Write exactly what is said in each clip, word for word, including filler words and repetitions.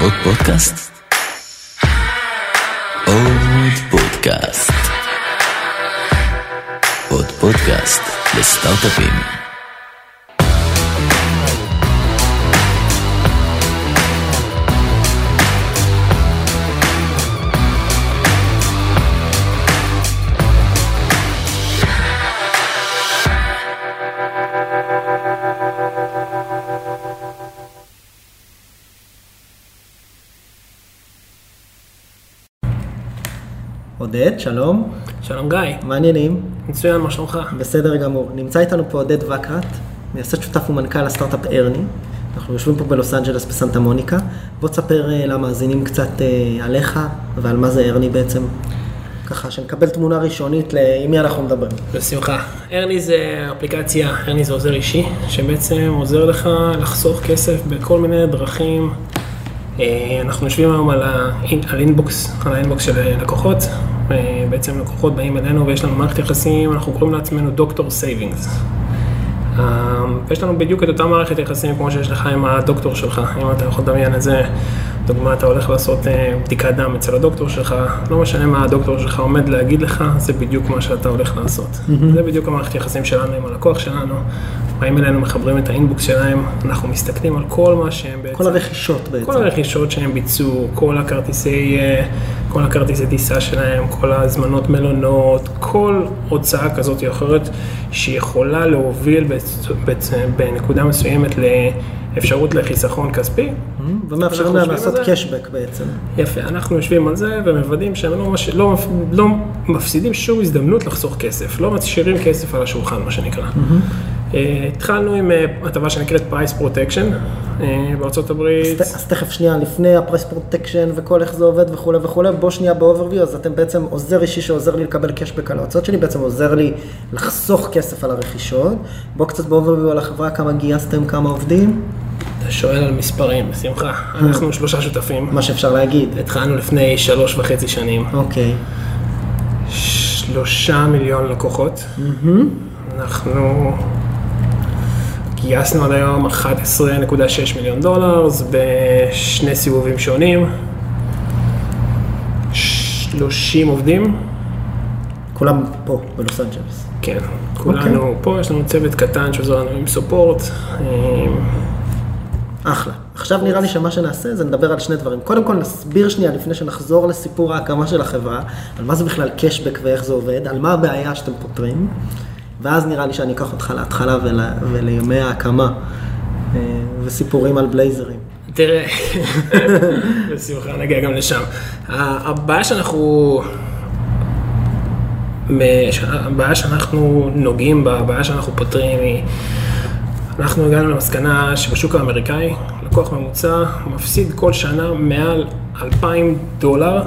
עוד פודקאסט? עוד פודקאסט. עוד פודקאסט לסטארט-אפים. עודד, שלום. שלום גיא. מעניינים? מצוין, מה שלומך? בסדר גמור. נמצא איתנו פה עודד וקרת, מייסד שותף ומנכ"ל הסטארט-אפ ארני. אנחנו יושבים פה בלוס אנג'לס בסנטה מוניקה. בוא תספר למאזינים קצת עליך ועל מה זה ארני בעצם. ככה שנקבל תמונה ראשונית עם מי אנחנו מדברים. בשמחה. ארני זה אפליקציה, ארני זה עוזר אישי, שבעצם עוזר לך לחסוך כסף בכל מיני דרכים. אנחנו יושבים היום על האינבוקס, על האינבוקס של לקוחות. בעצם לקוחות באים אלינו ויש לנו מערכת יחסים, אנחנו קוראים לעצמנו דוקטור סייבינגס. ויש לנו בדיוק את אותה מערכת יחסים כמו שיש לך עם הדוקטור שלך. אם אתה יכול לדמיין את זה, דוגמה, אתה הולך לעשות בדיקת דם אצל הדוקטור שלך, לא משנה מה הדוקטור שלך עומד להגיד לך, זה בדיוק מה שאתה הולך לעשות. Mm-hmm. זה בדיוק המערכת יחסים שלנו עם הלקוח שלנו. באים אלינו, מחברים את האינבוקס שלהם, אנחנו מסתכלים על כל מה שהם בעצם... כל הרכישות בעצם. כל הרכישות שהם ביצעו, כל הכרטיסי, כל הכרטיסי טיסה שלהם, כל הזמנות מלונות, כל הוצאה כזאת או אחרת שיכולה להוביל בנקודה מסוימת לאפשרות לחיסכון כספי. ומאפשרים להם לעשות קשבק בעצם. יפה, אנחנו יושבים על זה ומוודאים שהם לא, לא, לא מפסידים שום הזדמנות לחסוך כסף, לא משאירים כסף על השולחן, מה שנקרא. Mm-hmm. התחלנו עם הטבה שנקראת פרייס פרוטקשן בארצות הברית. אז תכף שנייה, לפני הפרייס פרוטקשן וכל איך זה עובד וכו' וכו', בוא שנייה באוברוויו, אז אתם בעצם עוזר אישי שעוזר לי לקבל קשבק על ההוצאות שלי, בעצם עוזר לי לחסוך כסף על הרכישות. בוא קצת באוברוויו על החברה, כמה גייסתם, כמה עובדים? אתה שואל על מספרים, בשמחה. אנחנו שלושה שותפים. מה שאפשר להגיד. התחלנו לפני שלוש וחצי שנים. אוקיי. שלושה מיליון לקוחות. אנחנו גייסנו עד היום אחת עשרה נקודה שש מיליון דולר, בשני סיבובים שונים. שלושים עובדים. כולם פה, בלוס אנג'לס. כן, כולנו פה, יש לנו צוות קטן שעוזר לנו עם סופורט. אחלה. עכשיו נראה לי שמה שנעשה זה נדבר על שני דברים. קודם כל נסביר שנייה לפני שנחזור לסיפור ההקמה של החברה, על מה זה בכלל קשבק ואיך זה עובד, על מה הבעיה שאתם פותרים, ואז נראה לי שאני אקח אותך להתחלה ול... ולימי ההקמה וסיפורים על בלייזרים. תראה, בשמחה נגיע גם לשם. הבעיה שאנחנו... הבעיה שאנחנו נוגעים בה, הבעיה שאנחנו פותרים היא, אנחנו הגענו למסקנה שבשוק האמריקאי, לקוח ממוצע מפסיד כל שנה מעל אלפיים דולר,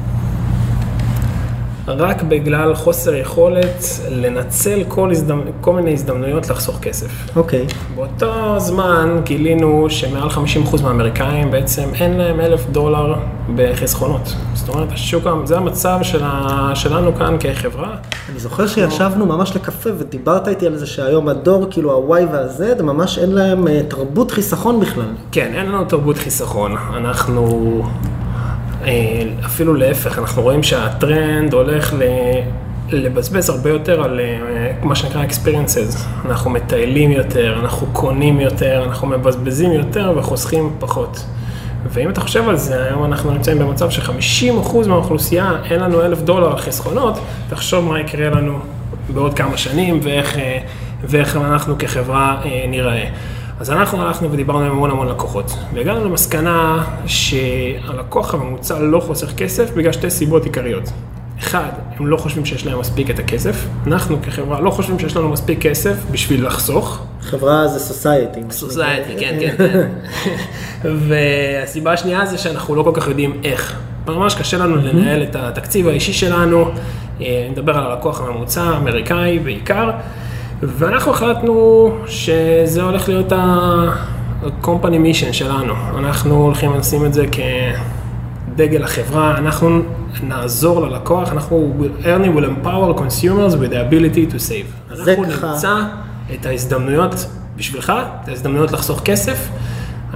רק בגלל חוסר יכולת לנצל כל, הזדמנ... כל מיני הזדמנויות לחסוך כסף. אוקיי. Okay. באותו זמן גילינו שמעל חמישים אחוז מהאמריקאים בעצם אין להם אלף דולר בחסכונות. זאת אומרת, השוק, זה המצב של ה... שלנו כאן כחברה. אני זוכר שישבנו ממש לקפה ודיברת איתי על זה שהיום הדור, כאילו ה-Y וה-Z, ממש אין להם תרבות חיסכון בכלל. כן, אין לנו תרבות חיסכון. אנחנו... אפילו להפך, אנחנו רואים שהטרנד הולך לבזבז הרבה יותר על מה שנקרא experiences. אנחנו מטיילים יותר, אנחנו קונים יותר, אנחנו מבזבזים יותר וחוסכים פחות. ואם אתה חושב על זה, היום אנחנו נמצאים במצב ש-חמישים אחוז מהאוכלוסייה אין לנו אלף דולר חסכונות, תחשוב מה יקרה לנו בעוד כמה שנים ואיך, ואיך אנחנו כחברה נראה. אז אנחנו הלכנו ודיברנו עם המון המון לקוחות, והגענו למסקנה שהלקוח הממוצע לא חוסך כסף בגלל שתי סיבות עיקריות. אחד, הם לא חושבים שיש להם מספיק את הכסף. אנחנו כחברה לא חושבים שיש לנו מספיק כסף בשביל לחסוך. חברה זה סוסייטי. סוסייטי, כן, כן, כן. והסיבה השנייה זה שאנחנו לא כל כך יודעים איך. ממש קשה לנו לנהל את התקציב האישי שלנו, נדבר על הלקוח הממוצע, האמריקאי בעיקר, ואנחנו החלטנו שזה הולך להיות ה-company mission שלנו. אנחנו הולכים לשים את זה כדגל החברה, אנחנו נעזור ללקוח, אנחנו, Ernie will empower consumers with the ability to save. אנחנו נמצא את ההזדמנויות בשבילך, את ההזדמנויות לחסוך כסף,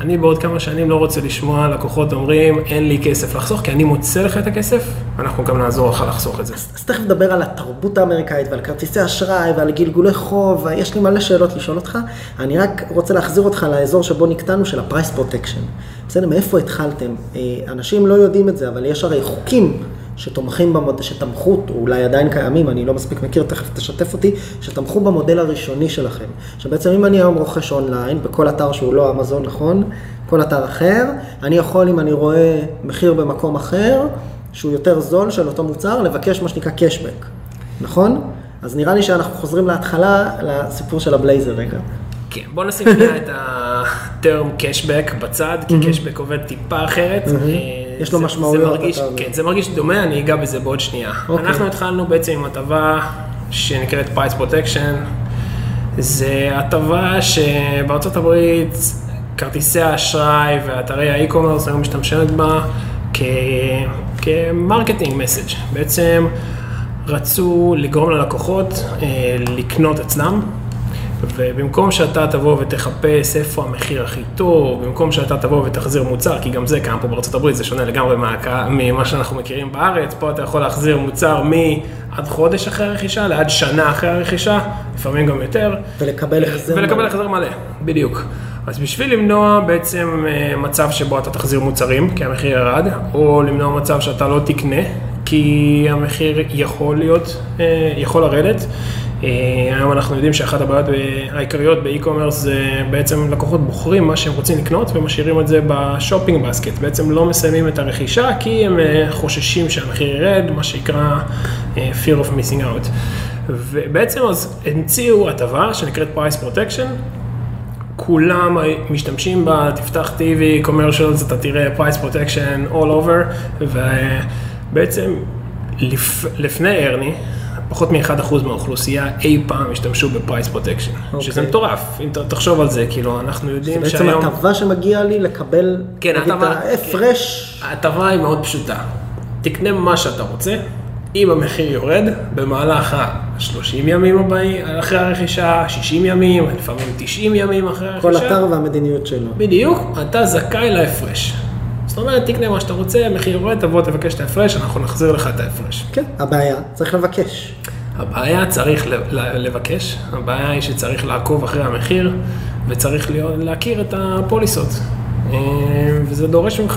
אני בעוד כמה שנים לא רוצה לשמוע לקוחות אומרים, אין לי כסף לחסוך, כי אני מוצא לך את הכסף, אנחנו גם נעזור לך לחסוך את זה. אז תכף נדבר על התרבות האמריקאית ועל כרטיסי אשראי ועל גלגולי חוב, יש לי מלא שאלות לשאול אותך. אני רק רוצה להחזיר אותך לאזור שבו נקטענו של הפרייס פרוטקשן. בסדר, מאיפה התחלתם? אנשים לא יודעים את זה, אבל יש הרי חוקים שתומכים במודל, שתמכו, או אולי עדיין קיימים, אני לא מספיק מכיר, תכף תשתף אותי, שתמכו במודל הראשוני שלכם. שבעצם אם אני היום רוכש אונליין, בכל אתר שהוא לא אמזון, נכון? כל אתר אחר, אני יכול, אם אני רואה מחיר במקום אחר, שהוא יותר זול של אותו מוצר, לבקש מה שנקרא קשבק. נכון? אז נראה לי שאנחנו חוזרים להתחלה, לסיפור של הבלייזר רגע. כן, בוא נשים את הטרם קשבק בצד, כי קשבק עובד טיפה אחרת. יש לו משמעויות. כן, זה מרגיש דומה, אני אגע בזה בעוד שנייה. אנחנו התחלנו בעצם עם הטבה שנקראת Price Protection. זה הטבה שבארצות הברית כרטיסי האשראי ואתרי האי-קומרס היו משתמשות בה כמרקטינג מסאג'. בעצם רצו לגרום ללקוחות לקנות אצלם, ובמקום שאתה תבוא ותחפש איפה המחיר הכי טוב, במקום שאתה תבוא ותחזיר מוצר, כי גם זה קיים פה בארצות הברית, זה שונה לגמרי ממה שאנחנו מכירים בארץ, פה אתה יכול להחזיר מוצר מעד חודש אחרי הרכישה, לעד שנה אחרי הרכישה, לפעמים גם יותר. ולקבל החזר מלא. ולקבל החזר מלא, בדיוק. אז בשביל למנוע בעצם מצב שבו אתה תחזיר מוצרים, כי המחיר ירד, או למנוע מצב שאתה לא תקנה, כי המחיר יכול להיות, יכול לרדת, היום אנחנו יודעים שאחת הבעיות העיקריות באי-קומרס זה בעצם לקוחות בוחרים מה שהם רוצים לקנות ומשאירים את זה בשופינג בסקט. בעצם לא מסיימים את הרכישה כי הם חוששים שהמחיר ירד, מה שיקרא fear of missing out. ובעצם אז המציאו הטבה שנקראת Price Protection. כולם משתמשים בה, תפתח טי וי, commercials, אתה תראה Price Protection all over, ובעצם לפ... לפני ארני, פחות מ-אחד אחוז מהאוכלוסייה אי פעם השתמשו בפרייס פרוטקשן, okay. שזה מטורף, אם תחשוב על זה, כאילו אנחנו יודעים שהיום... זה בעצם הטבה שמגיע לי לקבל כן, את ההפרש. ההטבה היא מאוד פשוטה, תקנה מה שאתה רוצה, אם המחיר יורד, במהלך ה-שלושים ימים הבאים, אחרי הרכישה, שישים ימים, לפעמים תשעים ימים אחרי הרכישה. כל אתר והמדיניות שלו. בדיוק, אתה זכאי להפרש. זאת אומרת, תקנה מה שאתה רוצה, מחיר יורד, תבוא תבקש את ההפרש, אנחנו נחזיר לך את ההפרש. כן, הבעיה, צריך לבקש. הבעיה צריך לבקש, הבעיה היא שצריך לעקוב אחרי המחיר, וצריך להכיר את הפוליסות. וזה דורש ממך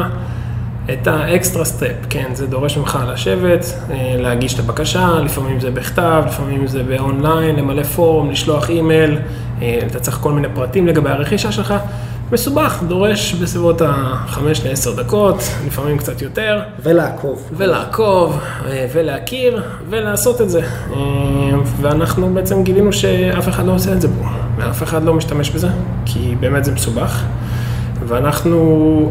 את האקסטרה סטפ, כן, זה דורש ממך לשבת, להגיש את הבקשה, לפעמים זה בכתב, לפעמים זה באונליין, למלא פורום, לשלוח אימייל, אתה צריך כל מיני פרטים לגבי הרכישה שלך, מסובך, דורש בסביבות ה-חמש לעשר דקות, לפעמים קצת יותר. ולעקוב. ולעקוב, ולהכיר, ולעשות את זה. ואנחנו בעצם גילינו שאף אחד לא עושה את זה פה, ואף אחד לא משתמש בזה, כי באמת זה מסובך. ואנחנו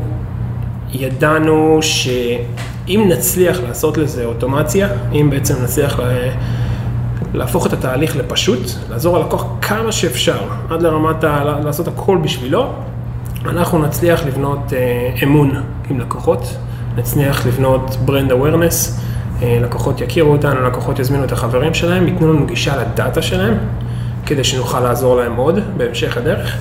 ידענו שאם נצליח לעשות לזה אוטומציה, אם בעצם נצליח לה... להפוך את התהליך לפשוט, לעזור ללקוח כמה שאפשר, עד לרמת ה... לעשות הכל בשבילו, אנחנו נצליח לבנות אה, אמון עם לקוחות, נצליח לבנות ברנד אווירנס, אה, לקוחות יכירו אותנו, לקוחות יזמינו את החברים שלהם, ייתנו לנו גישה לדאטה שלהם, כדי שנוכל לעזור להם עוד בהמשך הדרך.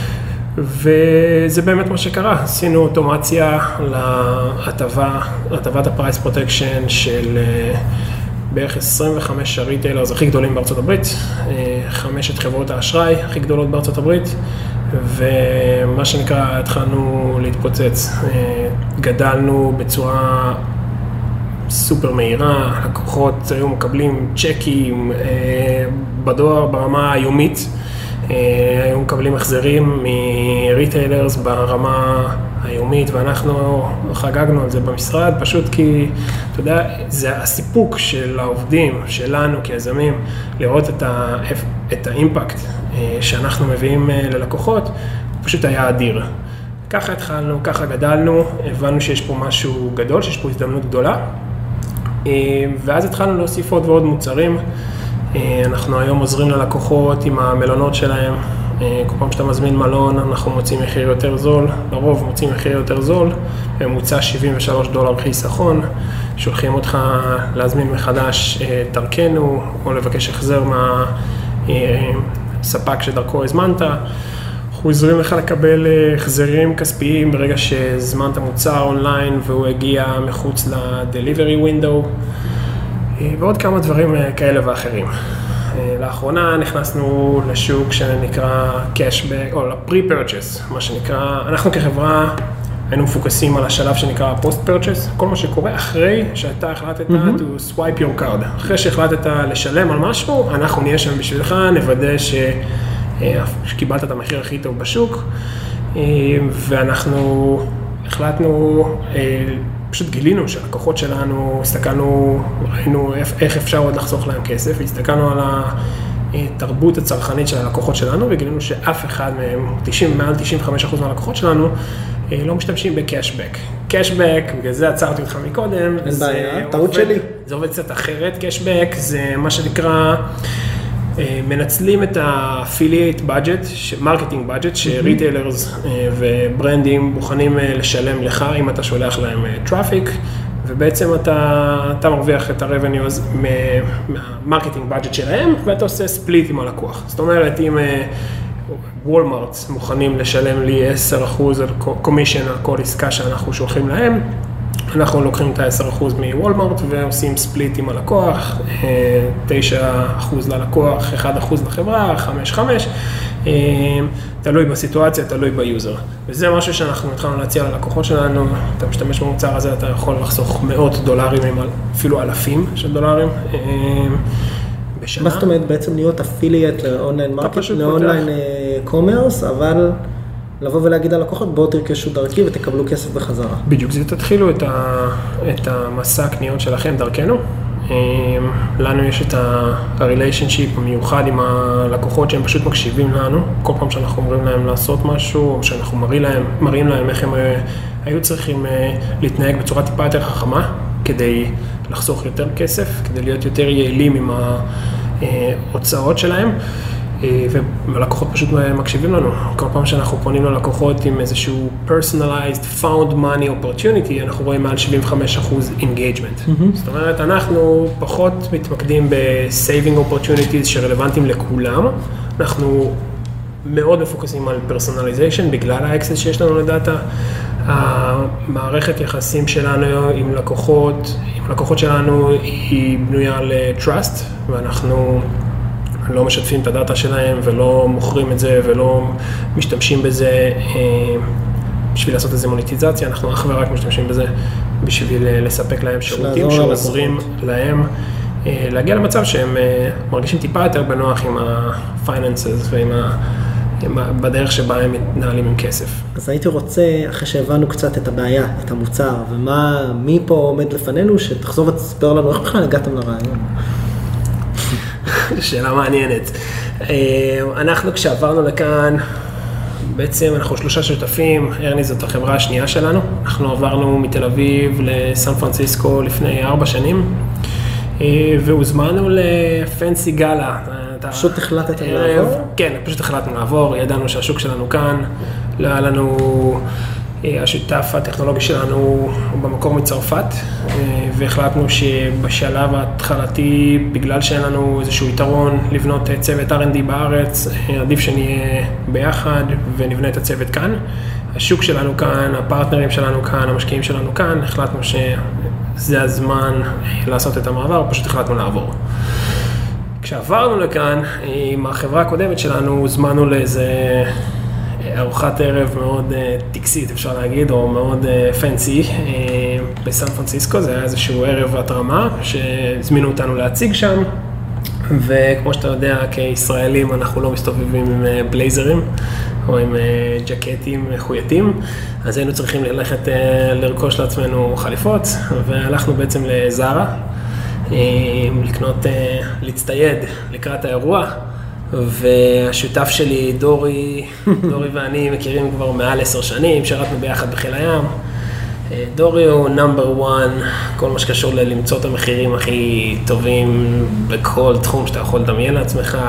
וזה באמת מה שקרה, עשינו אוטומציה להטבה, הטבת הפרייס פרוטקשן של בערך עשרים וחמש הריטיילרס הכי גדולים בארצות הברית, חמשת חברות האשראי הכי גדולות בארצות הברית, ומה שנקרא, התחלנו להתפוצץ, גדלנו בצורה סופר מהירה, לקוחות היו מקבלים צ'קים בדואר ברמה היומית, היו מקבלים החזרים מריטיילרס ברמה היומית, ואנחנו חגגנו על זה במשרד, פשוט כי, אתה יודע, זה הסיפוק של העובדים, שלנו כיזמים, לראות את, ה, את האימפקט שאנחנו מביאים ללקוחות, פשוט היה אדיר. ככה התחלנו, ככה גדלנו, הבנו שיש פה משהו גדול, שיש פה הזדמנות גדולה, ואז התחלנו להוסיף עוד ועוד מוצרים. אנחנו היום עוזרים ללקוחות עם המלונות שלהם, כל פעם שאתה מזמין מלון אנחנו מוצאים מחיר יותר זול, לרוב מוצאים מחיר יותר זול, ממוצע שבעים ושלושה דולר חיסכון, שולחים אותך להזמין מחדש דרכנו או לבקש החזר מהספק שדרכו הזמנת, אנחנו עוזרים לך לקבל החזרים כספיים ברגע שזמנת מוצר אונליין והוא הגיע מחוץ ל-delivery window, ועוד כמה דברים כאלה ואחרים. לאחרונה נכנסנו לשוק שנקרא cashback, או ל-pre-purchase, מה שנקרא, אנחנו כחברה היינו מפוקסים על השלב שנקרא post-purchase, כל מה שקורה אחרי שאתה החלטת mm-hmm. to swipe your card. אחרי שהחלטת לשלם על משהו, אנחנו נהיה שם בשבילך, נוודא ש... שקיבלת את המחיר הכי טוב בשוק, ואנחנו החלטנו, פשוט גילינו שהלקוחות שלנו, הסתכלנו, ראינו איך אפשר עוד לחסוך להם כסף, והסתכלנו על התרבות הצרכנית של הלקוחות שלנו, וגילינו שאף אחד מהם, תשעים, מעל תשעים וחמישה אחוז מהלקוחות שלנו, לא משתמשים בקשבק. קשבק, בגלל זה עצרתי אותך מקודם. אין בעיה, טעות שלי. זה עובד קצת אחרת, קשבק זה מה שנקרא, מנצלים את ה-affiliate budget, marketing budget, שריטיילרס וברנדים מוכנים לשלם לך אם אתה שולח להם טראפיק, ובעצם אתה, אתה מרוויח את ה-revenues מה-marketing budget שלהם, ואתה עושה ספליט עם הלקוח. זאת אומרת, אם וולמארט מוכנים לשלם לי עשרה אחוז על קומישן על כל עסקה שאנחנו שולחים להם, אנחנו לוקחים את ה-עשרה אחוז מוולמארט ועושים ספליט עם הלקוח, תשעה אחוז ללקוח, אחד אחוז לחברה, חמש חמש, תלוי בסיטואציה, תלוי ביוזר. וזה משהו שאנחנו התחלנו להציע ללקוחות שלנו, אתה משתמש במוצר הזה, אתה יכול לחסוך מאות דולרים, אפילו אלפים של דולרים בשנה. מה זאת אומרת בעצם להיות אפילייט לאונליין מרקט, לאונליין קומרס, אבל... לבוא ולהגיד ללקוחות, בואו תרכשו דרכי ותקבלו כסף בחזרה. בדיוק, זה תתחילו את, ה, את המסע קניות שלכם דרכנו. לנו יש את ה-relationship המיוחד עם הלקוחות שהם פשוט מקשיבים לנו. כל פעם שאנחנו אומרים להם לעשות משהו, או שאנחנו מראים להם, מראים להם איך הם היו צריכים להתנהג בצורה טיפה יותר חכמה, כדי לחסוך יותר כסף, כדי להיות יותר יעילים עם ההוצאות שלהם. והלקוחות פשוט מקשיבים לנו. כל פעם שאנחנו פונים ללקוחות עם איזשהו personalized found money opportunity, אנחנו רואים מעל שבעים וחמישה אחוז engagement. Mm-hmm. זאת אומרת, אנחנו פחות מתמקדים ב-saving opportunities שרלוונטיים לכולם. אנחנו מאוד מפוקסים על personalization בגלל האקסס שיש לנו לדאטה. המערכת יחסים שלנו עם לקוחות, עם לקוחות שלנו היא בנויה ל-trust, ואנחנו לא משתפים את הדאטה שלהם ולא מוכרים את זה ולא משתמשים בזה בשביל לעשות איזה מוניטיזציה, אנחנו אך ורק משתמשים בזה בשביל לספק להם שירותים שעוזרים להם להגיע למצב שהם מרגישים טיפה יותר בנוח עם ה-finances ועם ה... בדרך שבה הם מתנהלים עם כסף. אז הייתי רוצה, אחרי שהבנו קצת את הבעיה, את המוצר, ומה, מי פה עומד לפנינו, שתחזור ותספר לנו איך בכלל הגעתם לרעיון. שאלה מעניינת. אנחנו כשעברנו לכאן, בעצם אנחנו שלושה שותפים, ארני זאת החברה השנייה שלנו, אנחנו עברנו מתל אביב לסן פרנסיסקו לפני ארבע שנים, והוזמנו לפנסי גאלה. פשוט החלטתם לעבור? כן, פשוט החלטנו לעבור, ידענו שהשוק שלנו כאן, לא היה לנו... השותף הטכנולוגי שלנו הוא במקור מצרפת, והחלטנו שבשלב ההתחלתי, בגלל שאין לנו איזשהו יתרון לבנות צוות אר אנד די בארץ, עדיף שנהיה ביחד ונבנה את הצוות כאן. השוק שלנו כאן, הפרטנרים שלנו כאן, המשקיעים שלנו כאן, החלטנו שזה הזמן לעשות את המעבר, פשוט החלטנו לעבור. כשעברנו לכאן, עם החברה הקודמת שלנו, הוזמנו לאיזה... ארוחת ערב מאוד טקסית, אפשר להגיד, או מאוד פנסי, בסן פרנסיסקו. זה היה איזשהו ערב התרמה, שהזמינו אותנו להציג שם, וכמו שאתה יודע, כישראלים אנחנו לא מסתובבים עם בלייזרים, או עם ג'קטים חוייתים, אז היינו צריכים ללכת לרכוש לעצמנו חליפות, והלכנו בעצם לזארה, לקנות, להצטייד לקראת האירוע, והשותף שלי, דורי, דורי ואני מכירים כבר מעל עשר שנים, שרתנו ביחד בחיל הים. דורי הוא נאמבר וואן, כל מה שקשור ללמצוא את המחירים הכי טובים בכל תחום שאתה יכול לדמיין לעצמך.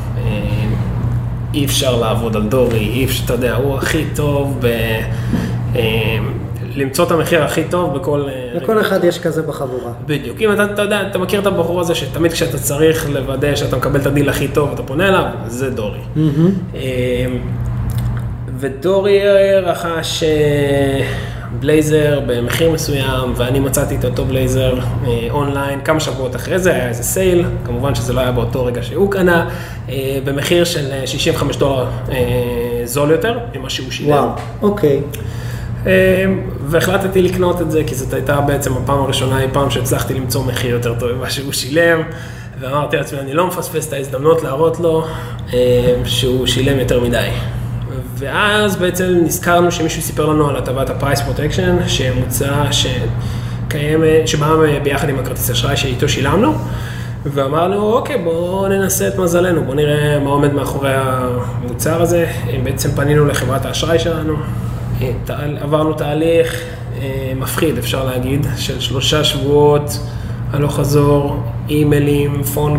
אי אפשר לעבוד על דורי, אי אפשר, אתה יודע, הוא הכי טוב ב... למצוא את המחיר הכי טוב בכל... לכל אחד יש כזה בחבורה. בדיוק. אם אתה, אתה יודע, אתה מכיר את הבחור הזה שתמיד כשאתה צריך לוודא שאתה מקבל את הדיל הכי טוב, אתה פונה אליו, זה דורי. ודורי רכש בלייזר במחיר מסוים, ואני מצאתי את אותו בלייזר אונליין כמה שבועות אחרי זה, היה איזה סייל, כמובן שזה לא היה באותו רגע שהוא קנה, במחיר של שישים וחמישה דולר זול יותר, ממה שהוא שילם. וואו, אוקיי. והחלטתי לקנות את זה, כי זאת הייתה בעצם הפעם הראשונה אי פעם שהצלחתי למצוא מחיר יותר טוב ממה שהוא שילם, ואמרתי לעצמי, אני לא מפספס את ההזדמנות להראות לו שהוא שילם יותר מדי. ואז בעצם נזכרנו שמישהו סיפר לנו על הטבת ה-Price Protection, שמוצע, שקיימת, שבאה ביחד עם הכרטיס אשראי שאיתו שילמנו, ואמרנו, אוקיי, בואו ננסה את מזלנו, בואו נראה מה עומד מאחורי המוצר הזה. בעצם פנינו לחברת האשראי שלנו, עברנו תהליך מפחיד, אפשר להגיד, של שלושה שבועות, הלוך חזור, אימיילים, פון,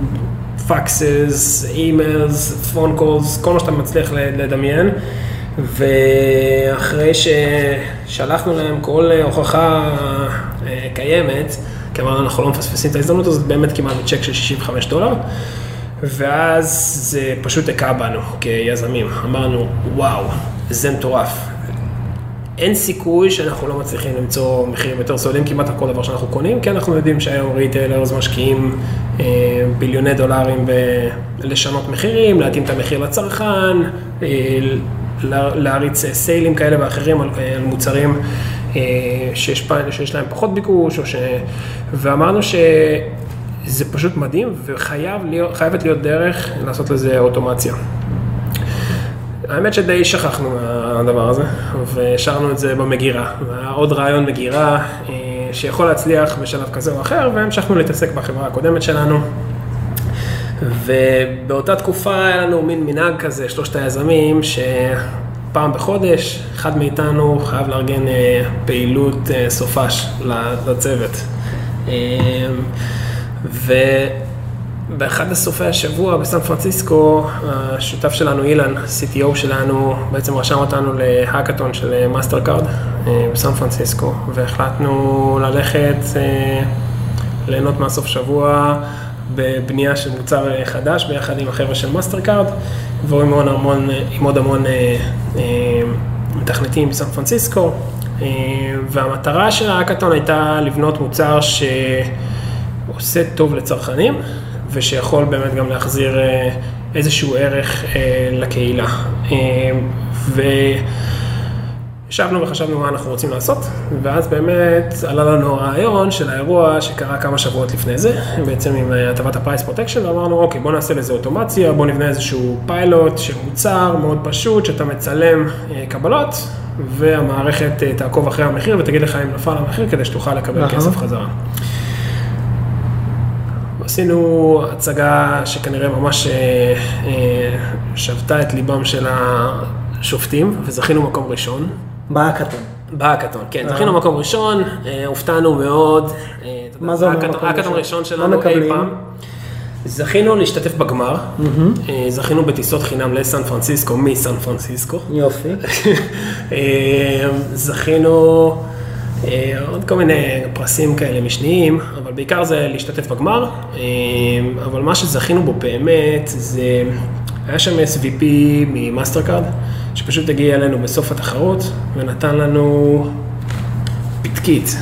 פקסס, אימיילס, פון קולס, כל מה שאתה מצליח לדמיין, ואחרי ששלחנו להם כל הוכחה קיימת, כי אמרנו, אנחנו לא מפספסים את ההזדמנות הזאת, באמת קיבלנו צ'ק של שישים וחמישה דולר, ואז זה פשוט הקע בנו כיזמים. אמרנו, וואו, זה מטורף. אין סיכוי שאנחנו לא מצליחים למצוא מחירים יותר סעודים כמעט על כל דבר שאנחנו קונים, כי אנחנו יודעים שהיום ריטיילרס משקיעים אה, ביליוני דולרים לשנות מחירים, להתאים את המחיר לצרכן, אה, להריץ סיילים כאלה ואחרים על, על מוצרים אה, שיש, שיש להם פחות ביקוש, או ש... ואמרנו שזה פשוט מדהים וחייבת להיות, להיות דרך לעשות לזה אוטומציה. האמת שדי שכחנו מהדבר הזה, והשארנו את זה במגירה. עוד רעיון מגירה שיכול להצליח בשלב כזה או אחר, והמשכנו להתעסק בחברה הקודמת שלנו. ובאותה תקופה היה לנו מין מנהג כזה, שלושת היזמים, שפעם בחודש, אחד מאיתנו חייב לארגן פעילות סופש לצוות. ו... באחד הסופי השבוע בסן פרנסיסקו, השותף שלנו אילן, סי טי או שלנו, בעצם רשם אותנו להאקתון של מאסטרקארד בסן פרנסיסקו, והחלטנו ללכת ליהנות מהסוף שבוע בבנייה של מוצר חדש ביחד עם החבר'ה של מאסטרקארד, ועם עוד המון, עם עוד המון מתכנתים בסן פרנסיסקו, והמטרה של ההאקתון הייתה לבנות מוצר שעושה טוב לצרכנים, ושיכול באמת גם להחזיר איזשהו ערך לקהילה. וישבנו וחשבנו מה אנחנו רוצים לעשות, ואז באמת עלה לנו הרעיון של האירוע שקרה כמה שבועות לפני זה, בעצם עם הטבת ה-Price Protection, ואמרנו, אוקיי, בוא נעשה לזה אוטומציה, בוא נבנה איזשהו פיילוט של מוצר מאוד פשוט, שאתה מצלם קבלות, והמערכת תעקוב אחרי המחיר ותגיד לך אם נפל המחיר, כדי שתוכל לקבל כסף חזרה. עשינו הצגה שכנראה ממש שבתה את ליבם של השופטים, וזכינו מקום ראשון. בהאקתון. בהאקתון, כן. זכינו מקום ראשון, הופתענו מאוד. מה זה אומר מקום ראשון? ההאקתון הראשון שלנו אי פעם. זכינו להשתתף בגמר, זכינו בטיסות חינם לסן פרנסיסקו, מסן פרנסיסקו. יופי. זכינו... עוד כל מיני פרסים כאלה משניים, אבל בעיקר זה להשתתף בגמר, אבל מה שזכינו בו באמת, זה היה שם אס וי פי ממאסטרקארד, שפשוט הגיע אלינו בסוף התחרות, ונתן לנו פתקית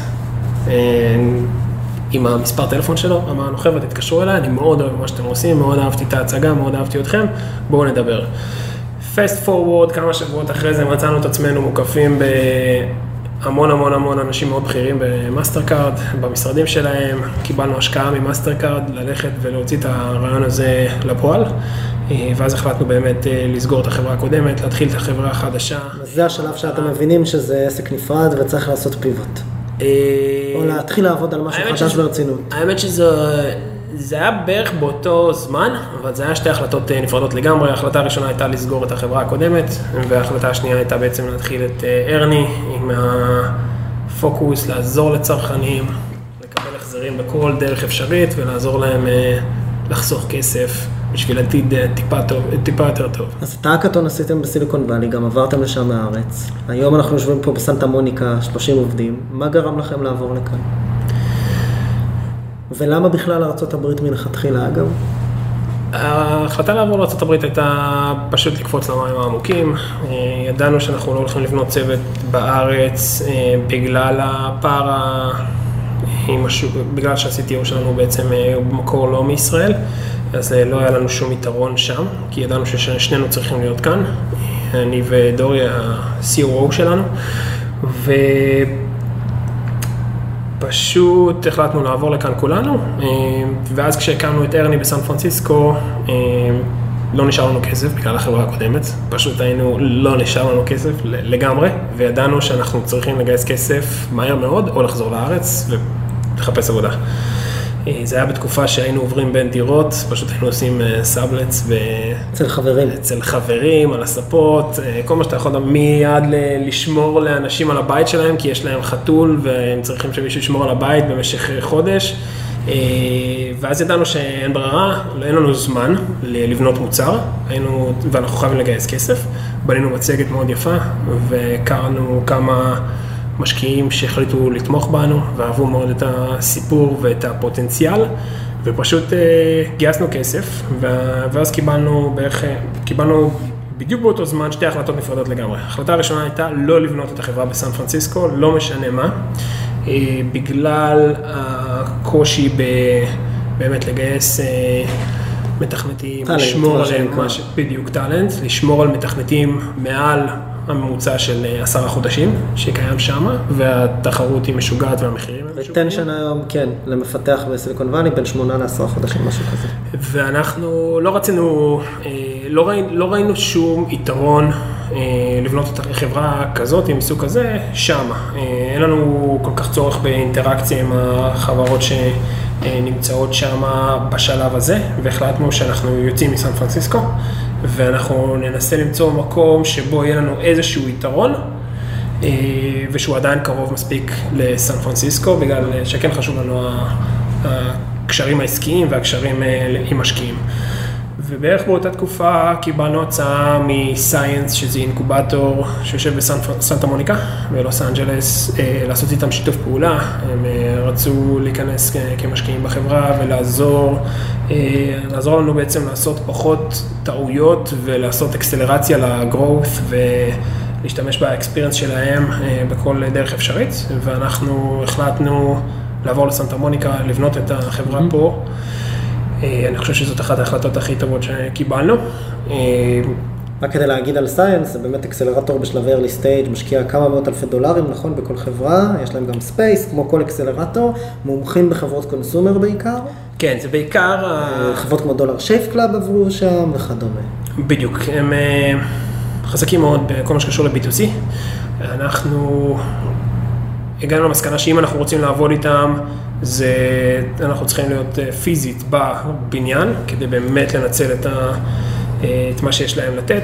עם המספר טלפון שלו, אמרנו, חבר'ה, תתקשרו אליי, אני מאוד אוהב מה שאתם עושים, מאוד אהבתי את ההצגה, מאוד אהבתי אתכם, בואו נדבר. פסט פורוורד, כמה שבועות אחרי זה מצאנו את עצמנו מוקפים ב... המון המון המון אנשים מאוד בכירים במאסטרקארד, במשרדים שלהם, קיבלנו השקעה ממאסטרקארד ללכת ולהוציא את הרעיון הזה לפועל, ואז החלטנו באמת לסגור את החברה הקודמת, להתחיל את החברה החדשה. זה השלב שאתם מבינים שזה עסק נפרד וצריך לעשות פיבוט. או להתחיל לעבוד על משהו חדש ברצינות. האמת שזה... זה היה בערך באותו זמן, אבל זה היה שתי החלטות נפרדות לגמרי. ההחלטה הראשונה הייתה לסגור את החברה הקודמת, וההחלטה השנייה הייתה בעצם להתחיל את ארני עם הפוקוס, לעזור לצרכנים, לקבל החזרים בכל דרך אפשרית, ולעזור להם לחסוך כסף בשביל עתיד טיפה, טיפה יותר טוב. אז את ההאקתון עשיתם בסיליקון ואלי, גם עברתם לשם מהארץ. היום אנחנו יושבים פה בסנטה מוניקה, שלושים עובדים. מה גרם לכם לעבור לכאן? ולמה בכלל ארצות הברית מלכתחילה, אגב? ההחלטה לעבור לארצות הברית הייתה פשוט לקפוץ למים העמוקים. ידענו שאנחנו לא הולכים לבנות צוות בארץ בגלל הפער, בגלל שה-סי טי או שלנו בעצם במקור לא מישראל, אז לא היה לנו שום יתרון שם, כי ידענו ששנינו צריכים להיות כאן, אני ודורי, ה-סי או או שלנו, ו... פשוט החלטנו לעבור לכאן כולנו, ואז כשהקמנו את ארני בסן פרנסיסקו, לא נשאר לנו כסף בגלל החברה הקודמת, פשוט היינו, לא נשאר לנו כסף לגמרי, וידענו שאנחנו צריכים לגייס כסף מהר מאוד, או לחזור לארץ ולחפש עבודה. זה היה בתקופה שהיינו עוברים בין דירות, פשוט היינו עושים סאבלטס ו... אצל חברים. אצל חברים, על הספות, כל מה שאתה יכול מיד לשמור לאנשים על הבית שלהם, כי יש להם חתול והם צריכים שמישהו ישמור על הבית במשך חודש. ואז ידענו שאין ברירה, אין לנו זמן לבנות מוצר, היינו, ואנחנו חייבים לגייס כסף. בנינו מצגת מאוד יפה וקראנו כמה... משקיעים שהחליטו לתמוך בנו, ואהבו מאוד את הסיפור ואת הפוטנציאל, ופשוט גייסנו כסף, ואז קיבלנו בערך, קיבלנו בדיוק באותו זמן שתי החלטות נפרדות לגמרי. ההחלטה הראשונה הייתה לא לבנות את החברה בסן פרנסיסקו, לא משנה מה, בגלל הקושי באמת לגייס מתכנתים, לשמור עליהם, בדיוק טלנט, לשמור על מתכנתים מעל הממוצע של עשרה חודשים שקיים שם, והתחרות היא משוגעת והמחירים הם משוגעים. וטנשן היום, כן, למפתח בסיליקון ואלי, בין שמונה לעשרה חודשים, משהו כזה. ואנחנו לא רצינו, לא ראינו, לא ראינו שום יתרון לבנות את החברה כזאת, עם מסוג כזה, שם. אין לנו כל כך צורך באינטראקציה עם החברות שנמצאות שם בשלב הזה, והחלטנו שאנחנו יוצאים מסן פרנסיסקו, ואנחנו ננסה למצוא מקום שבו יהיה לנו איזשהו יתרון, ושהוא עדיין קרוב מספיק לסן פרנסיסקו, בגלל שכן חשוב לנו הקשרים העסקיים והקשרים עם משקיעים. ובערך באותה תקופה קיבלנו הצעה מ-Science, שזה אינקובטור שיושב בסנטה מוניקה, בלוס אנג'לס, לעשות איתם שיתוף פעולה. הם רצו להיכנס כמשקיעים בחברה ולעזור, לעזור לנו בעצם לעשות פחות טעויות ולעשות אקסלרציה לגרוות ולהשתמש באקספירנס שלהם בכל דרך אפשרית. ואנחנו החלטנו לעבור לסנטה מוניקה, לבנות את החברה פה. אני חושב שזאת אחת ההחלטות הכי טובות שקיבלנו. רק כדי להגיד על סייאנס, זה באמת אקסלרטור בשלבי early stage, משקיע כמה מאות אלפי דולרים, נכון, בכל חברה, יש להם גם ספייס, כמו כל אקסלרטור, מומחים בחברות קונסומר בעיקר. כן, זה בעיקר... חברות כמו דולר שייף קלאב עברו שם וכדומה. בדיוק, הם חזקים מאוד בכל מה שקשור ל-בי טו סי. אנחנו הגענו למסקנה שאם אנחנו רוצים לעבוד איתם, זה, אנחנו צריכים להיות פיזית בבניין, כדי באמת לנצל את, ה, את מה שיש להם לתת.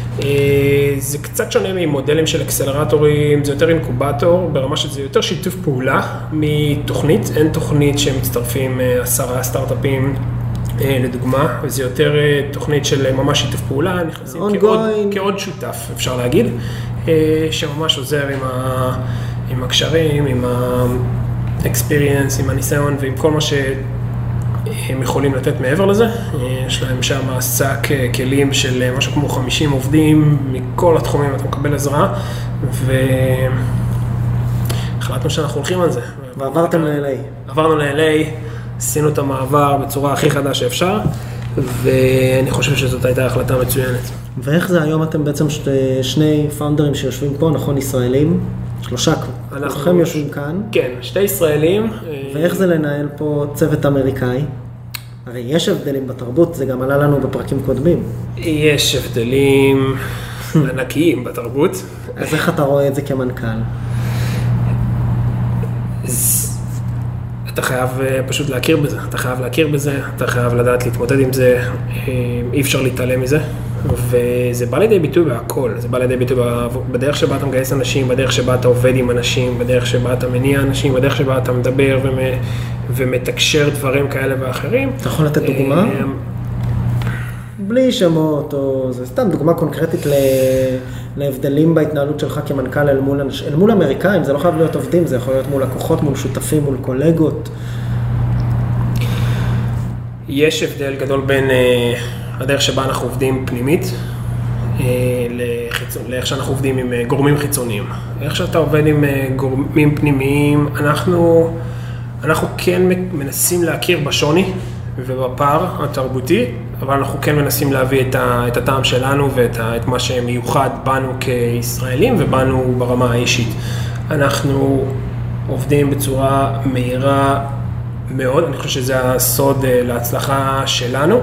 זה קצת שונה ממודלים של אקסלרטורים, זה יותר אינקובטור, ברמה שזה יותר שיתוף פעולה מתוכנית. אין תוכנית שמצטרפים עשרה סטארט-אפים לדוגמה, וזה יותר תוכנית של ממש שיתוף פעולה, נכנסים כעוד, כעוד שותף, אפשר להגיד, שממש עוזר עם, ה, עם הקשרים, עם ה... experience, עם הניסיון ועם כל מה שהם יכולים לתת מעבר לזה. יש להם שם שק כלים של משהו כמו חמישים עובדים, מכל התחומים אתה מקבל עזרה, והחלטנו שאנחנו הולכים על זה. ועברתם ל-אל איי. עברנו ל-אל איי, עשינו את המעבר בצורה הכי חדה שאפשר, ואני חושב שזאת הייתה החלטה מצוינת. ואיך זה היום אתם בעצם שני פאונדרים שיושבים פה, נכון, ישראלים? שלושה כבר. אנחנו יושבים כאן. כן, שתי ישראלים. ואיך זה לנהל פה צוות אמריקאי? הרי יש הבדלים בתרבות, זה גם עלה לנו בפרקים קודמים. יש הבדלים ענקיים בתרבות. אז איך אתה רואה את זה כמנכ"ל? אתה חייב פשוט להכיר בזה, אתה חייב להכיר בזה, אתה חייב לדעת להתמודד עם זה, אי אפשר להתעלם מזה. וזה בא לידי ביטוי בהכל, זה בא לידי ביטוי בדרך שבה אתה מגייס אנשים, בדרך שבה אתה עובד עם אנשים, בדרך שבה אתה מניע אנשים, בדרך שבה אתה מדבר ומתקשר דברים כאלה ואחרים. אתה יכול לתת דוגמה? בלי שמות, או זה סתם דוגמה קונקרטית להבדלים בהתנהלות שלך כמנכ"ל אל מול, אל מול אמריקאים, זה לא חייב להיות עובדים, זה יכול להיות מול לקוחות, מול שותפים, מול קולגות. יש הבדל גדול בין אה, הדרך שבה אנחנו עובדים פנימית, אה, לחיצון, לאיך שאנחנו עובדים עם אה, גורמים חיצוניים. איך שאתה עובד עם אה, גורמים פנימיים, אנחנו, אנחנו כן מנסים להכיר בשוני ובפער התרבותי, אבל אנחנו כן מנסים להביא את, ה, את הטעם שלנו ואת ה, את מה שמיוחד בנו כישראלים ובנו ברמה האישית. אנחנו עובדים בצורה מהירה מאוד, אני חושב שזה הסוד להצלחה שלנו,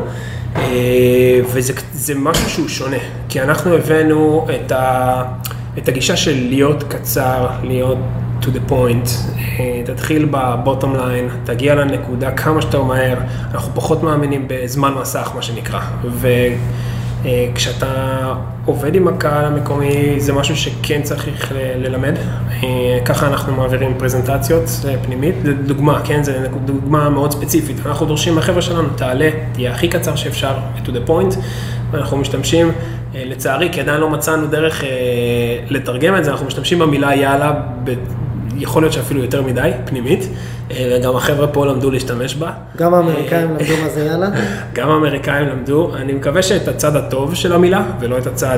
וזה זה משהו שהוא שונה, כי אנחנו הבאנו את, ה, את הגישה של להיות קצר, להיות to the point, תתחיל בבוטום ליין, תגיע לנקודה כמה שאתה מהר, אנחנו פחות מאמינים בזמן מסך, מה שנקרא, וכשאתה עובד עם הקהל המקומי, זה משהו שכן צריך ללמד, ככה אנחנו מעבירים פרזנטציות פנימית, דוגמה, כן, זה דוגמה מאוד ספציפית, אנחנו דורשים מהחבר'ה שלנו, תעלה, תהיה הכי קצר שאפשר, to the point, ואנחנו משתמשים, לצערי, כי עדיין לא מצאנו דרך לתרגם את זה, אנחנו משתמשים במילה יאללה, יכול להיות שאפילו יותר מדי, פנימית, וגם החבר'ה פה למדו להשתמש בה. גם האמריקאים למדו מה זה יאללה? גם האמריקאים למדו, אני מקווה שאת הצד הטוב של המילה, ולא את הצד,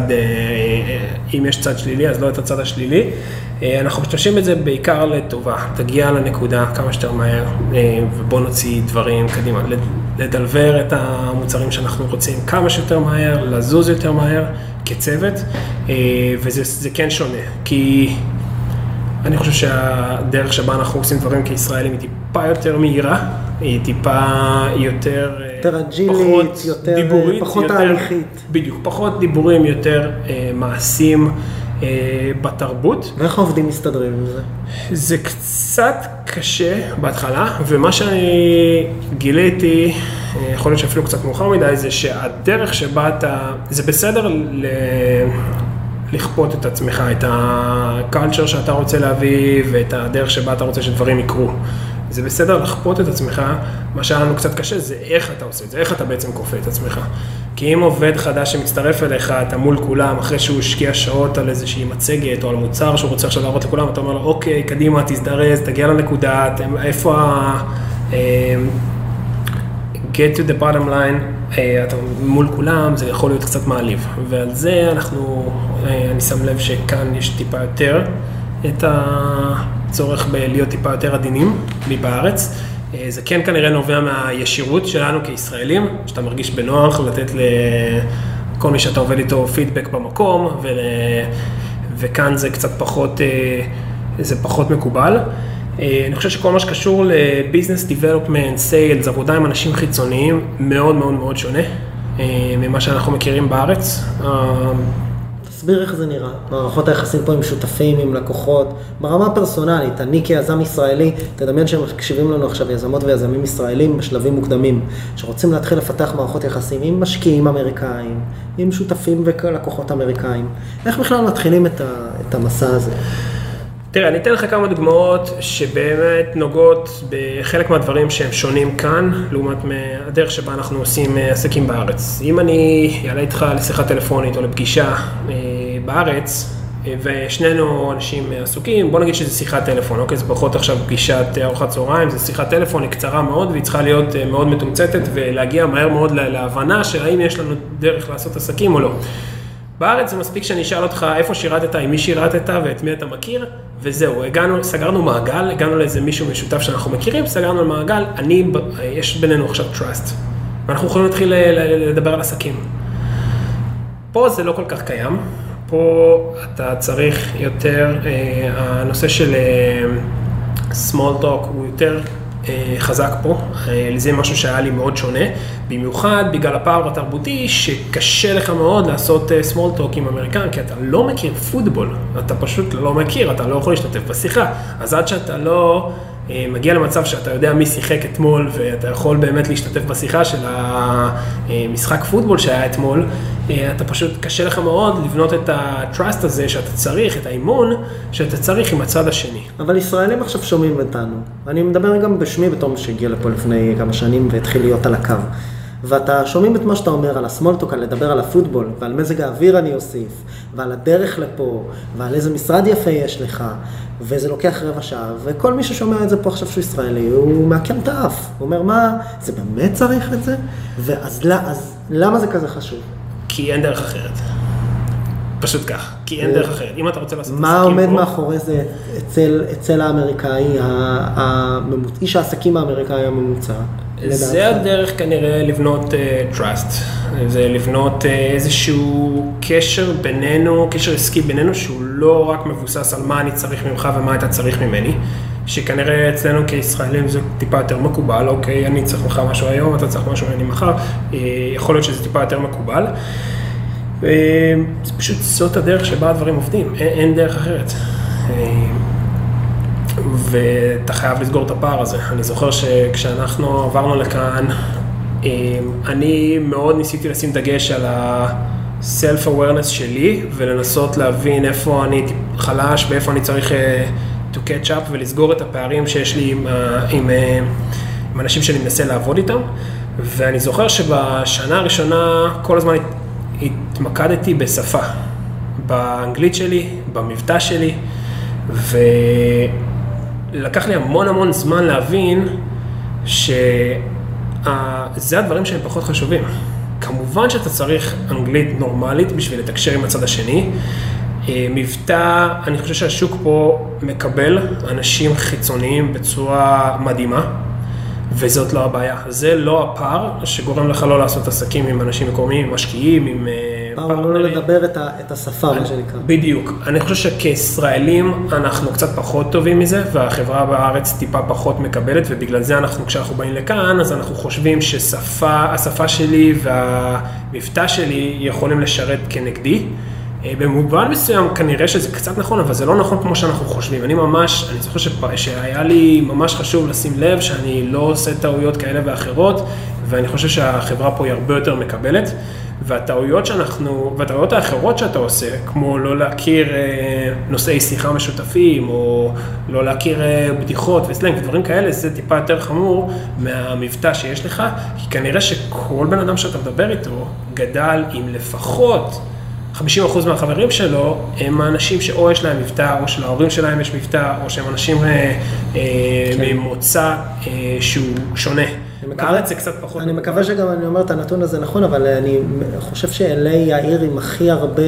אם יש צד שלילי, אז לא את הצד השלילי. אנחנו משתמשים את זה בעיקר לטובה, תגיע לנקודה כמה שיותר מהר, ובוא נוציא דברים קדימה, לדלבר את המוצרים שאנחנו רוצים כמה שיותר מהר, לזוז יותר מהר כצוות, וזה זה כן שונה, כי אני חושב שהדרך שבה אנחנו עושים דברים כישראלים היא טיפה יותר מהירה, היא טיפה יותר, יותר אג'ילית, יותר דיבורית, פחות תהליכית. בדיוק, פחות דיבורים, יותר אה, מעשים אה, בתרבות. ואיך העובדים מסתדרים עם זה? זה קצת קשה בהתחלה, ומה שאני גיליתי, יכול להיות שאפילו קצת מאוחר מדי, זה שהדרך שבה אתה, זה בסדר ל... לכפות את עצמך, את הקלצ'ר שאתה רוצה להביא ואת הדרך שבה אתה רוצה שדברים יקרו. זה בסדר לכפות את עצמך, מה שהיה לנו קצת קשה זה איך אתה עושה את זה, איך אתה בעצם כופה את עצמך. כי אם עובד חדש שמצטרף אליך, אתה מול כולם, אחרי שהוא השקיע שעות על איזושהי מצגת או על מוצר שהוא רוצה עכשיו להראות לכולם, אתה אומר לו, אוקיי, קדימה, תזדרז, תגיע לנקודה, איפה ה... get to the bottom line, אתה מול כולם, זה יכול להיות קצת מעליב. ועל זה אנחנו, אני שם לב שכאן יש טיפה יותר את הצורך בלהיות טיפה יותר עדינים מבארץ. זה כן כנראה נובע מהישירות שלנו כישראלים, שאתה מרגיש בנוח לתת לכל מי שאתה עובד איתו פידבק במקום, ול... וכאן זה קצת פחות, זה פחות מקובל. אני חושב שכל מה שקשור ל-Business Development, Sales, עבודה עם אנשים חיצוניים, מאוד מאוד מאוד שונה ממה שאנחנו מכירים בארץ. תסביר איך זה נראה, מערכות היחסים פה עם שותפים, עם לקוחות, ברמה פרסונלית, אני כיזם ישראלי, תדמיין שהם מקשיבים לנו עכשיו יזמות ויזמים ישראלים בשלבים מוקדמים, שרוצים להתחיל לפתח מערכות יחסים עם משקיעים אמריקאים, עם שותפים ולקוחות אמריקאים. איך בכלל מתחילים את, ה- את המסע הזה? תראה, אני אתן לך כמה דוגמאות שבאמת נוגעות בחלק מהדברים שהם שונים כאן, לעומת הדרך שבה אנחנו עושים עסקים בארץ. אם אני אעלה איתך לשיחה טלפונית או לפגישה בארץ, ושנינו אנשים עסוקים, בוא נגיד שזה שיחת טלפון, אוקיי? זה פחות עכשיו פגישת ארוחת צהריים, זה שיחת טלפון, היא קצרה מאוד, והיא צריכה להיות מאוד מתומצתת, ולהגיע מהר מאוד להבנה שהאם יש לנו דרך לעשות עסקים או לא. בארץ זה מספיק שאני אשאל אותך איפה שירתת, עם מי שירתת ואת מי אתה מכיר, וזהו, הגענו, סגרנו מעגל, הגענו לאיזה מישהו משותף שאנחנו מכירים, סגרנו על מעגל, אני, יש בינינו עכשיו trust, ואנחנו יכולים להתחיל לדבר על עסקים. פה זה לא כל כך קיים, פה אתה צריך יותר, הנושא של small talk הוא יותר חזק פה, זה משהו שהיה לי מאוד שונה, במיוחד בגלל הפער התרבותי שקשה לך מאוד לעשות small talk עם אמריקאים, כי אתה לא מכיר פוטבול, אתה פשוט לא מכיר, אתה לא יכול להשתתף בשיחה, אז עד שאתה לא מגיע למצב שאתה יודע מי שיחק אתמול, ואתה יכול באמת להשתתף בשיחה של המשחק פוטבול שהיה אתמול, אתה פשוט קשה לך מאוד לבנות את ה-trust הזה שאתה צריך, את האימון שאתה צריך עם הצד השני. אבל ישראלים עכשיו שומעים אותנו, ואני מדבר גם בשמי בתור שהגיע לפה לפני כמה שנים והתחיל להיות על הקו. ואתה שומעים את מה שאתה אומר על הסמולטוק, על לדבר על הפוטבול, ועל מזג האוויר אני אוסיף, ועל הדרך לפה, ועל איזה משרד יפה יש לך, וזה לוקח רבע שעה, וכל מי ששומע את זה פה עכשיו שהוא ישראלי, הוא מעקם את האף, הוא אומר, מה, זה באמת צריך את זה? ואז אז, למה זה כזה חשוב? כי אין דרך אחרת. פשוט כך, כי אין דרך אחרת. אם אתה רוצה לעשות מה עומד מאחורי זה אצל, אצל האמריקאי, הממוצע, איש העסקים האמריקאי הממוצע? זה הדרך כנראה לבנות uh, trust, זה לבנות uh, איזשהו קשר בינינו, קשר עסקי בינינו, שהוא לא רק מבוסס על מה אני צריך ממך ומה אתה צריך ממני, שכנראה אצלנו כישראלים זה טיפה יותר מקובל, אוקיי, אני צריך ממך משהו היום, אתה צריך משהו ממני מחר, uh, יכול להיות שזה טיפה יותר מקובל, uh, זה פשוט זאת הדרך שבה הדברים עובדים, אין, אין דרך אחרת. Uh, ואתה חייב לסגור את הפער הזה. אני זוכר שכשאנחנו עברנו לכאן, אני מאוד ניסיתי לשים דגש על ה-self-awareness שלי, ולנסות להבין איפה אני חלש, ואיפה אני צריך to catch up, ולסגור את הפערים שיש לי עם, עם, עם אנשים שאני מנסה לעבוד איתם. ואני זוכר שבשנה הראשונה כל הזמן התמקדתי בשפה, באנגלית שלי, במבטא שלי, ו... לקח לי המון המון זמן להבין שזה הדברים שהם פחות חשובים. כמובן שאתה צריך אנגלית נורמלית בשביל לתקשר עם הצד השני. מבטא, אני חושב שהשוק פה מקבל אנשים חיצוניים בצורה מדהימה, וזאת לא הבעיה. זה לא הפער שגורם לך לא לעשות עסקים עם אנשים מקומיים, עם משקיעים, עם פעם לא לדבר את, ה, את השפה, מה שנקרא. בדיוק. אני חושב שכישראלים אנחנו קצת פחות טובים מזה, והחברה בארץ טיפה פחות מקבלת, ובגלל זה אנחנו, כשאנחנו באים לכאן, אז אנחנו חושבים ששפה, השפה שלי והמבטא שלי יכולים לשרת כנגדי. במובן מסוים כנראה שזה קצת נכון, אבל זה לא נכון כמו שאנחנו חושבים. אני ממש, אני זוכר שפ... שהיה לי ממש חשוב לשים לב שאני לא עושה טעויות כאלה ואחרות, ואני חושב שהחברה פה היא הרבה יותר מקבלת. והטעויות שאנחנו, והטעויות האחרות שאתה עושה, כמו לא להכיר אה, נושאי שיחה משותפים, או לא להכיר אה, בדיחות וסלנג, ודברים כאלה, זה טיפה יותר חמור מהמבטא שיש לך, כי כנראה שכל בן אדם שאתה מדבר איתו גדל עם לפחות חמישים אחוז מהחברים שלו, הם האנשים שאו יש להם מבטא, או שלהורים שלהם יש מבטא, או שהם אנשים אה, אה, כן. ממוצא אה, שהוא שונה. בארץ זה קצת פחות. אני מקווה שגם אני אומר את הנתון הזה נכון, אבל אני חושב שאלה היא העיר עם הכי הרבה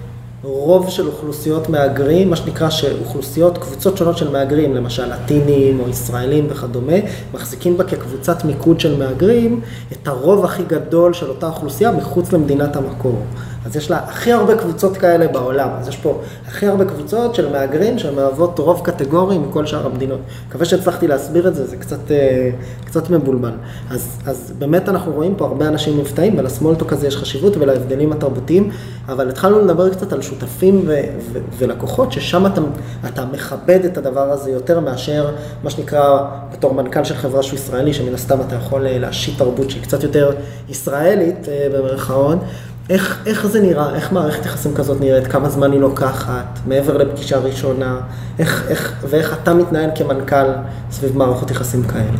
רוב של אוכלוסיות מהגרים, מה שנקרא שאוכלוסיות, קבוצות שונות של מהגרים, למשל לטינים או ישראלים וכדומה, מחזיקים בה כקבוצת מיקוד של מהגרים, את הרוב הכי גדול של אותה אוכלוסייה מחוץ למדינת המקור. אז יש לה הכי הרבה קבוצות כאלה בעולם, אז יש פה הכי הרבה קבוצות של מהגרים שמהוות רוב קטגורי מכל שאר המדינות. מקווה שהצלחתי להסביר את זה, זה קצת, קצת מבולבל. אז, אז באמת אנחנו רואים פה הרבה אנשים מבטאים, ולסמולטוק הזה יש חשיבות ולהבדלים התרבותיים, אבל התחלנו לדבר קצת על שותפים ו- ו- ולקוחות, ששם אתה, אתה מכבד את הדבר הזה יותר מאשר מה שנקרא בתור מנכ"ל של חברה שהוא ישראלי, שמן הסתם אתה יכול להשית תרבות שהיא קצת יותר ישראלית במרכאות. איך, איך זה נראה? איך מערכת יחסים כזאת נראית? כמה זמן היא לוקחת? מעבר לפגישה ראשונה? איך, איך, ואיך אתה מתנהל כמנכ"ל סביב מערכות יחסים כאלה?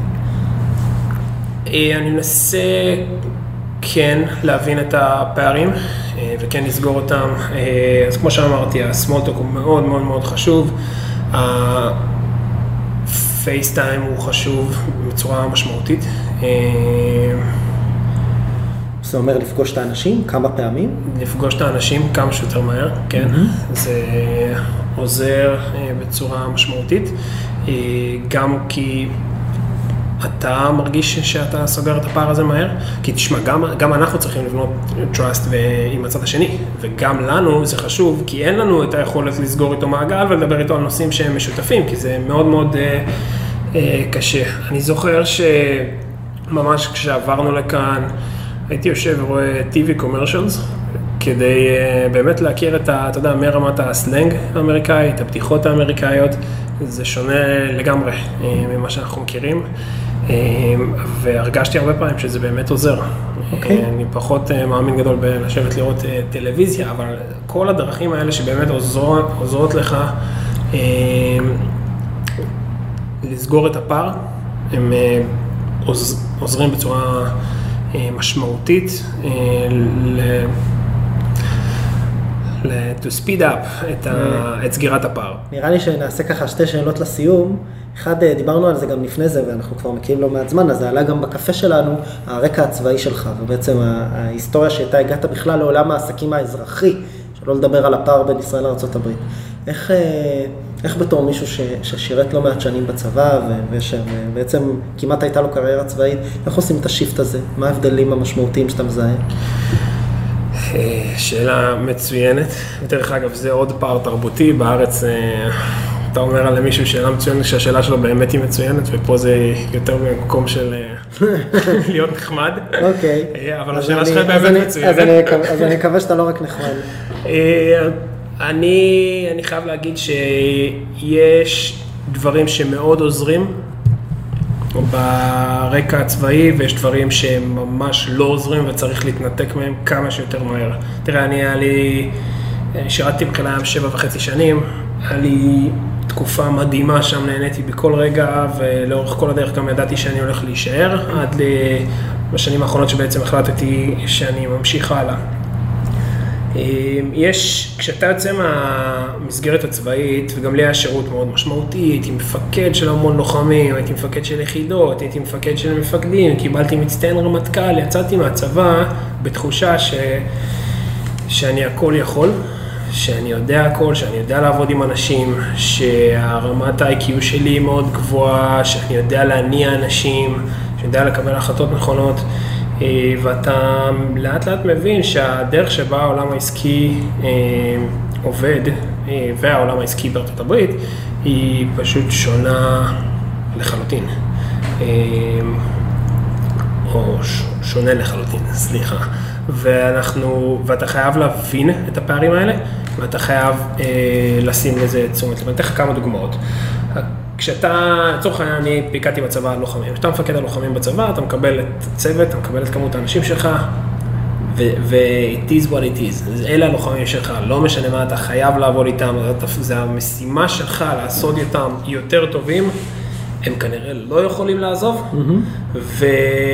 אני מנסה כן להבין את הפערים וכן לסגור אותם. אז כמו שאמרתי, הסמולטוק הוא מאוד מאוד מאוד חשוב. הפייסטיים הוא חשוב בצורה משמעותית. זה אומר לפגוש את האנשים כמה פעמים? לפגוש את האנשים כמה שיותר מהר, כן. Mm-hmm. זה עוזר בצורה משמעותית, גם כי אתה מרגיש שאתה סוגר את הפער הזה מהר, כי תשמע, גם, גם אנחנו צריכים לבנות trust עם הצד השני, וגם לנו זה חשוב, כי אין לנו את היכולת לסגור איתו מעגל ולדבר איתו על נושאים שהם משותפים, כי זה מאוד מאוד אה, אה, קשה. אני זוכר שממש כשעברנו לכאן, הייתי יושב ורואה טי וי commercials, כדי uh, באמת להכיר את ה, אתה יודע, מרמת הסלנג האמריקאי, את הפתיחות האמריקאיות, זה שונה לגמרי uh, ממה שאנחנו מכירים, uh, והרגשתי הרבה פעמים שזה באמת עוזר. Okay. Uh, אני פחות uh, מאמין גדול בלשבת לראות uh, טלוויזיה, אבל כל הדרכים האלה שבאמת עוזרות, עוזרות לך uh, לסגור את הפער, הם uh, עוז, עוזרים בצורה משמעותית ל... to speed up את, ה... את סגירת הפער. נראה לי שנעשה ככה שתי שאלות לסיום. אחד, דיברנו על זה גם לפני זה, ואנחנו כבר מכירים לא מעט זמן, אז זה עלה גם בקפה שלנו, הרקע הצבאי שלך, ובעצם ההיסטוריה שהייתה הגעת בכלל לעולם העסקים האזרחי, שלא לדבר על הפער בין ישראל לארצות הברית. איך, איך בתור מישהו ש, ששירת לא מעט שנים בצבא, ובעצם כמעט הייתה לו קריירה צבאית, איך עושים את השיפט הזה? מה ההבדלים המשמעותיים שאתה מזהה? שאלה מצוינת. דרך אגב, זה עוד פער תרבותי. בארץ אתה אומר על מישהו שאלה מצוינת, שהשאלה שלו באמת היא מצוינת, ופה זה יותר במקום של להיות נחמד. אוקיי. אבל השאלה שלך באמת מצוינת. אז אני מקווה שאתה לא רק נחמד. אני, אני חייב להגיד שיש דברים שמאוד עוזרים ברקע הצבאי, ויש דברים שהם ממש לא עוזרים וצריך להתנתק מהם כמה שיותר מהר. תראה, אני היה לי, שירתתי בחיל הים שבע וחצי שנים, היה לי תקופה מדהימה שם, נהניתי בכל רגע, ולאורך כל הדרך גם ידעתי שאני הולך להישאר, עד בשנים האחרונות שבעצם החלטתי שאני ממשיך הלאה. יש, כשאתה יוצא מהמסגרת הצבאית, וגם לי היה שירות מאוד משמעותי, הייתי מפקד של המון לוחמים, הייתי מפקד של יחידות, הייתי מפקד של מפקדים, קיבלתי מצטיין רמטכ"ל, יצאתי מהצבא בתחושה ש... שאני הכל יכול, שאני יודע הכל, שאני יודע לעבוד עם אנשים, שהרמת ה-איי קיו שלי היא מאוד גבוהה, שאני יודע להניע אנשים, שאני יודע לקבל החלטות נכונות, ואתה לאט לאט מבין שהדרך שבה העולם העסקי עובד, והעולם העסקי בארצות הברית, היא פשוט שונה לחלוטין. או שונה לחלוטין, סליחה. ואנחנו, ואתה חייב להבין את הפערים האלה, ואתה חייב לשים לזה תשומת לב. אני אתן לך כמה דוגמאות. כשאתה, לצורך העניין, אני פיקדתי בצבא על לוחמים. כשאתה מפקד על לוחמים בצבא, אתה מקבל את הצוות, אתה מקבל את כמות האנשים שלך, ו-it is what it is. אלה הלוחמים שלך, לא משנה מה, אתה חייב לעבוד איתם, זה המשימה שלך לעשות איתם יותר טובים, הם כנראה לא יכולים לעזוב, ו...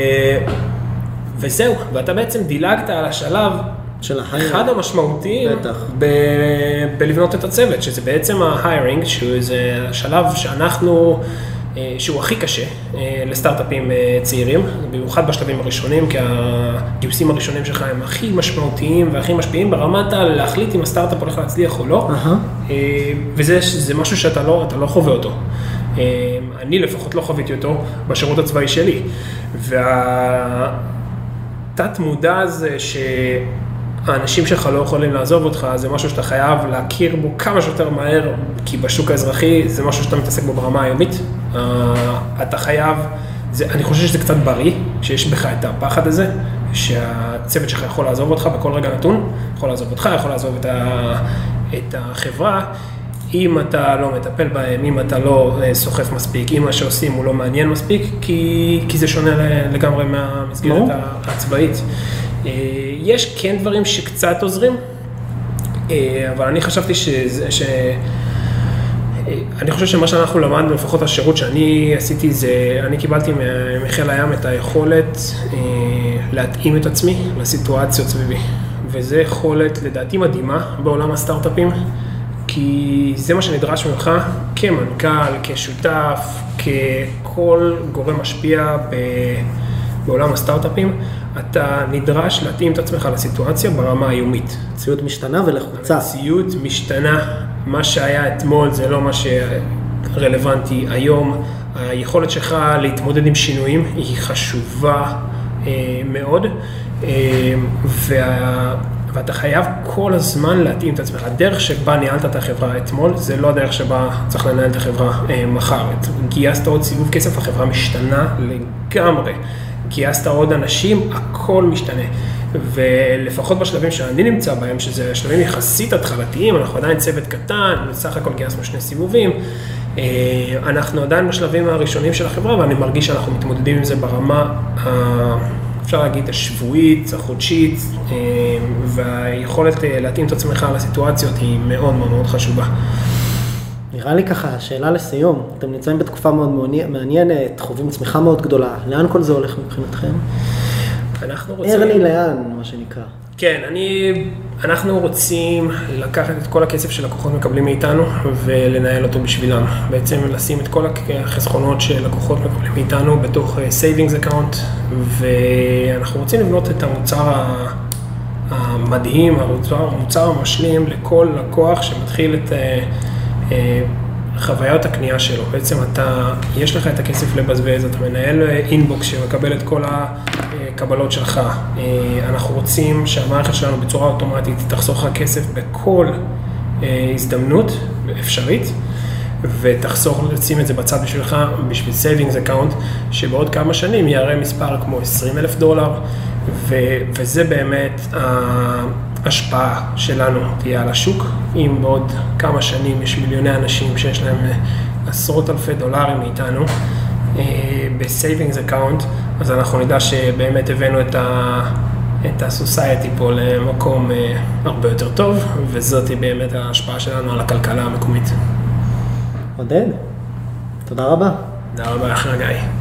וזהו, ואתה בעצם דילגת על השלב של ההיירינג. אחד המשמעותיים ב- בלבנות את הצוות, שזה בעצם ההיירינג, שזה השלב שאנחנו, שהוא הכי קשה לסטארט-אפים צעירים, במיוחד בשלבים הראשונים, כי הגיוסים הראשונים שלך הם הכי משמעותיים והכי משפיעים ברמת על להחליט אם הסטארט-אפ הולך להצליח או לא, uh-huh. וזה זה משהו שאתה לא, אתה לא חווה אותו. אני לפחות לא חוויתי אותו בשירות הצבאי שלי, והתת מודע הזה שהאנשים שלך לא יכולים לעזוב אותך, זה משהו שאתה חייב להכיר בו כמה שיותר מהר, כי בשוק האזרחי זה משהו שאתה מתעסק בו ברמה היומית, אתה חייב, זה, אני חושב שזה קצת בריא, שיש בך את הפחד הזה, שהצוות שלך יכול לעזוב אותך בכל רגע נתון, יכול לעזוב אותך, יכול לעזוב את, ה, את החברה, אם אתה לא מטפל בהם, אם אתה לא סוחף מספיק, אם מה שעושים הוא לא מעניין מספיק, כי, כי זה שונה לגמרי מהמסגרת הצבאית. יש כן דברים שקצת עוזרים, אבל אני חשבתי שזה, ש... אני חושב שמה שאנחנו למדנו, לפחות השירות שאני עשיתי, זה, אני קיבלתי מחיל הים את היכולת להתאים את עצמי לסיטואציות סביבי. וזה יכולת לדעתי מדהימה בעולם הסטארט-אפים, כי זה מה שנדרש ממך כמנכ"ל, כשותף, ככל גורם משפיע בעולם הסטארט-אפים, אתה נדרש להתאים את עצמך לסיטואציה ברמה היומית. ציוד משתנה ולחוצה. ציוד משתנה, מה שהיה אתמול זה לא מה שרלוונטי היום. היכולת שלך להתמודד עם שינויים היא חשובה אה, מאוד, אה, וה... ואתה חייב כל הזמן להתאים את עצמך. הדרך שבה ניהלת את החברה אתמול, זה לא הדרך שבה צריך לנהל את החברה אה, מחר. גייסת עוד סיבוב כסף, החברה משתנה לגמרי. גייסת עוד אנשים, הכל משתנה. ולפחות בשלבים שאני נמצא בהם, שזה שלבים יחסית התחלתיים, אנחנו עדיין צוות קטן, בסך הכל גייסנו שני סיבובים, אה, אנחנו עדיין בשלבים הראשונים של החברה, ואני מרגיש שאנחנו מתמודדים עם זה ברמה ה... אפשר להגיד השבועית, החודשית, והיכולת להתאים את עצמך לסיטואציות היא מאוד מאוד מאוד חשובה. נראה לי ככה, שאלה לסיום, אתם נמצאים בתקופה מאוד מעניינת, חווים צמיחה מאוד גדולה, לאן כל זה הולך מבחינתכם? אנחנו רוצים... ארני לאן, מה שנקרא. כן, אני, אנחנו רוצים לקחת את כל הכסף שלקוחות מקבלים מאיתנו ולנהל אותו בשבילם. בעצם לשים את כל החסכונות שלקוחות מקבלים מאיתנו בתוך savings account, ואנחנו רוצים לבנות את המוצר המדהים, המוצר, המוצר המשלים לכל לקוח שמתחיל את חוויות הקנייה שלו. בעצם אתה, יש לך את הכסף לבזבז, אתה מנהל אינבוקס שמקבל את כל הקבלות שלך. אנחנו רוצים שהמערכת שלנו בצורה אוטומטית תחסוך לך כסף בכל הזדמנות אפשרית, ותחסוך, לשים את זה בצד בשבילך, בשביל savings account, שבעוד כמה שנים יראה מספר כמו עשרים אלף דולר, ו- וזה באמת ההשפעה שלנו תהיה על השוק. אם בעוד כמה שנים יש מיליוני אנשים שיש להם עשרות אלפי דולרים מאיתנו ב-savings account, אז אנחנו נדע שבאמת הבאנו את ה... את ה-society פה למקום הרבה יותר טוב, וזאת היא באמת ההשפעה שלנו על הכלכלה המקומית. עודד, תודה רבה. תודה רבה, אחרי גיא.